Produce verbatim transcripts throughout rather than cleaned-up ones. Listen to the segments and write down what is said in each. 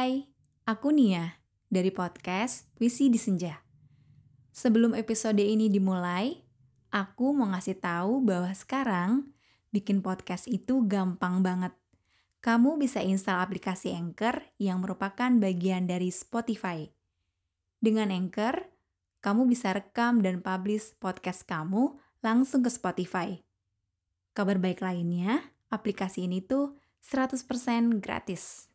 Hai, aku Nia dari podcast Puisi di Senja. Sebelum episode ini dimulai, aku mau ngasih tahu bahwa sekarang bikin podcast itu gampang banget. Kamu bisa install aplikasi Anchor yang merupakan bagian dari Spotify. Dengan Anchor, kamu bisa rekam dan publish podcast kamu langsung ke Spotify. Kabar baik lainnya, aplikasi ini tuh seratus persen gratis.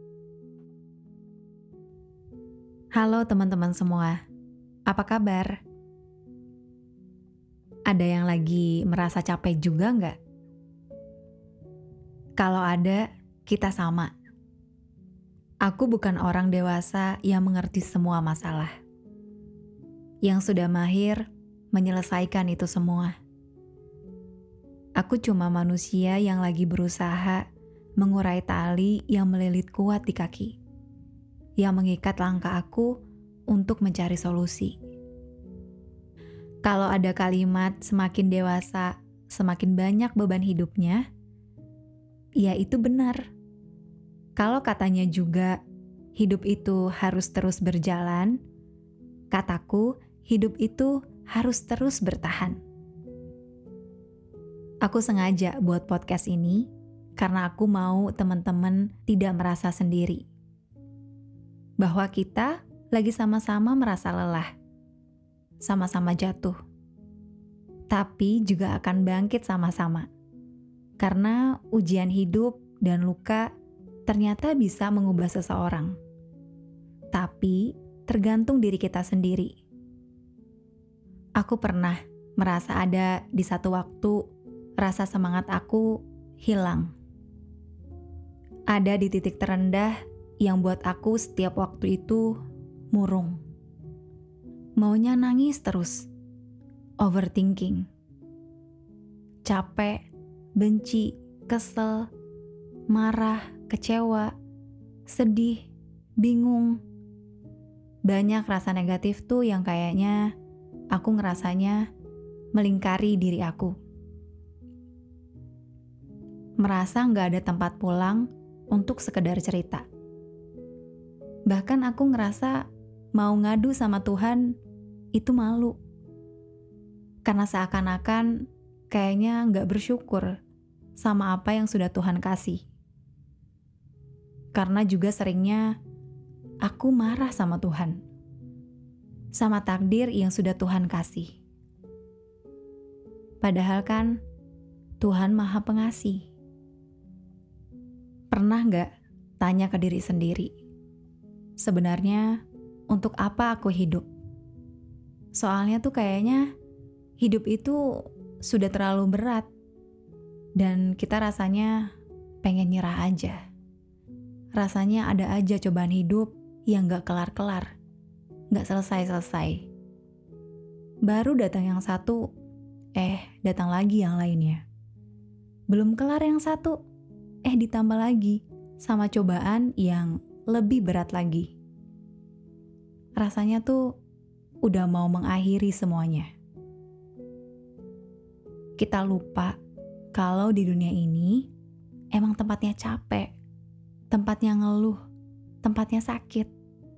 Halo teman-teman semua, apa kabar? Ada yang lagi merasa capek juga nggak? Kalau ada, kita sama. Aku bukan orang dewasa yang mengerti semua masalah, yang sudah mahir menyelesaikan itu semua. Aku cuma manusia yang lagi berusaha mengurai tali yang melilit kuat di kaki, yang mengikat langkah aku untuk mencari solusi. Kalau ada kalimat semakin dewasa, semakin banyak beban hidupnya, ya itu benar. Kalau katanya juga hidup itu harus terus berjalan, kataku hidup itu harus terus bertahan. Aku sengaja buat podcast ini karena aku mau teman-teman tidak merasa sendiri. Bahwa kita lagi sama-sama merasa lelah, sama-sama jatuh, tapi juga akan bangkit sama-sama. Karena ujian hidup dan luka ternyata bisa mengubah seseorang. Tapi tergantung diri kita sendiri. Aku pernah merasa ada di satu waktu rasa semangat aku hilang. Ada di titik terendah yang buat aku setiap waktu itu murung. Maunya nangis terus, overthinking, capek, benci, kesel, marah, kecewa, sedih, bingung. Banyak rasa negatif tuh yang kayaknya aku ngerasanya melingkari diri aku. Merasa gak ada tempat pulang untuk sekedar cerita. Bahkan aku ngerasa mau ngadu sama Tuhan itu malu. Karena seakan-akan kayaknya gak bersyukur sama apa yang sudah Tuhan kasih. Karena juga seringnya aku marah sama Tuhan. Sama takdir yang sudah Tuhan kasih. Padahal kan Tuhan Maha Pengasih. Pernah gak tanya ke diri sendiri? Sebenarnya, untuk apa aku hidup? Soalnya tuh kayaknya hidup itu sudah terlalu berat. Dan kita rasanya pengen nyerah aja. Rasanya ada aja cobaan hidup yang gak kelar-kelar. Gak selesai-selesai. Baru datang yang satu, eh datang lagi yang lainnya. Belum kelar yang satu, eh ditambah lagi sama cobaan yang lebih berat lagi. Rasanya tuh udah mau mengakhiri semuanya. Kita lupa kalau di dunia ini emang tempatnya capek, tempatnya ngeluh, tempatnya sakit.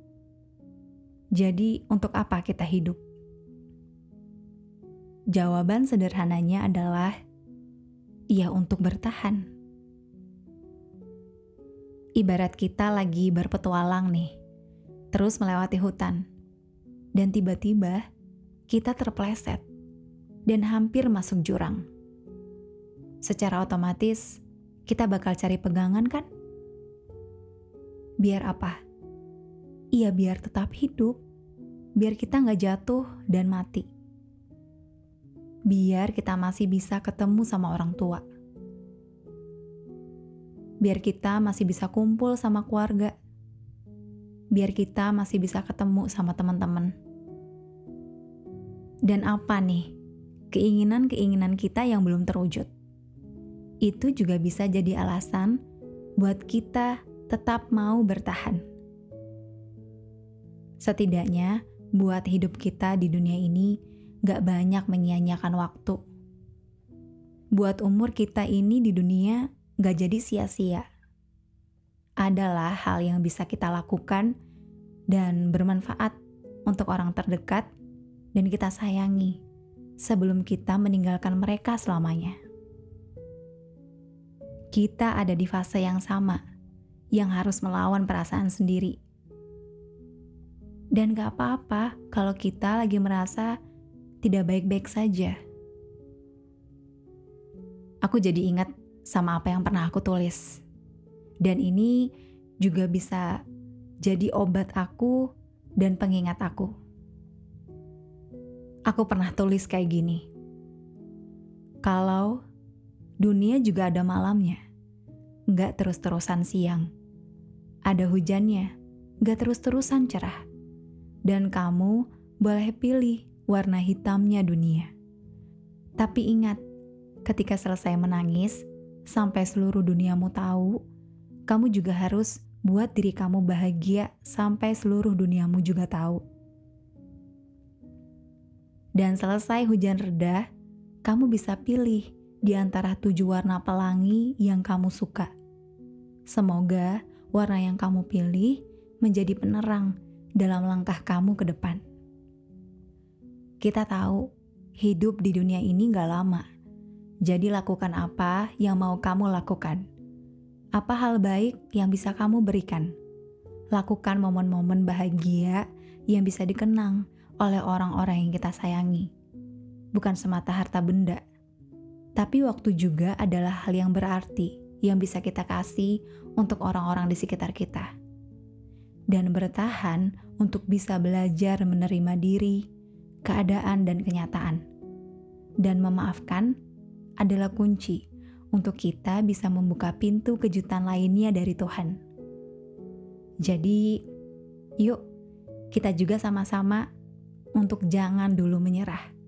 Jadi untuk apa kita hidup? Jawaban sederhananya adalah ya untuk bertahan. Ibarat kita lagi berpetualang nih, terus melewati hutan. Dan tiba-tiba kita terpleset dan hampir masuk jurang. Secara otomatis kita bakal cari pegangan kan? Biar apa? Iya biar tetap hidup, biar kita gak jatuh dan mati. Biar kita masih bisa ketemu sama orang tua. Biar kita masih bisa kumpul sama keluarga. Biar kita masih bisa ketemu sama teman-teman. Dan apa nih keinginan-keinginan kita yang belum terwujud? Itu juga bisa jadi alasan buat kita tetap mau bertahan. Setidaknya buat hidup kita di dunia ini gak banyak menyia-nyiakan waktu. Buat umur kita ini di dunia gak jadi sia-sia. adalah hal yang bisa kita lakukan dan bermanfaat untuk orang terdekat dan kita sayangi sebelum kita meninggalkan mereka selamanya. Kita ada di fase yang sama, yang harus melawan perasaan sendiri. Dan gak apa-apa kalau kita lagi merasa tidak baik-baik saja. Aku jadi ingat sama apa yang pernah aku tulis. Dan ini juga bisa jadi obat aku dan pengingat aku. Aku pernah tulis kayak gini. Kalau dunia juga ada malamnya, gak terus-terusan siang. Ada hujannya, gak terus-terusan cerah. Dan kamu boleh pilih warna hitamnya dunia. Tapi ingat, ketika selesai menangis, sampai seluruh duniamu tahu, kamu juga harus buat diri kamu bahagia sampai seluruh duniamu juga tahu. Dan selesai hujan reda, kamu bisa pilih di antara tujuh warna pelangi yang kamu suka. Semoga warna yang kamu pilih menjadi penerang dalam langkah kamu ke depan. Kita tahu, hidup di dunia ini gak lama. Jadi lakukan apa yang mau kamu lakukan. Apa hal baik yang bisa kamu berikan? Lakukan momen-momen bahagia yang bisa dikenang oleh orang-orang yang kita sayangi. Bukan semata harta benda, tapi waktu juga adalah hal yang berarti yang bisa kita kasih untuk orang-orang di sekitar kita. Dan bertahan untuk bisa belajar menerima diri, keadaan, dan kenyataan. Dan memaafkan adalah kunci untuk kita bisa membuka pintu kejutan lainnya dari Tuhan. Jadi, yuk kita juga sama-sama untuk jangan dulu menyerah.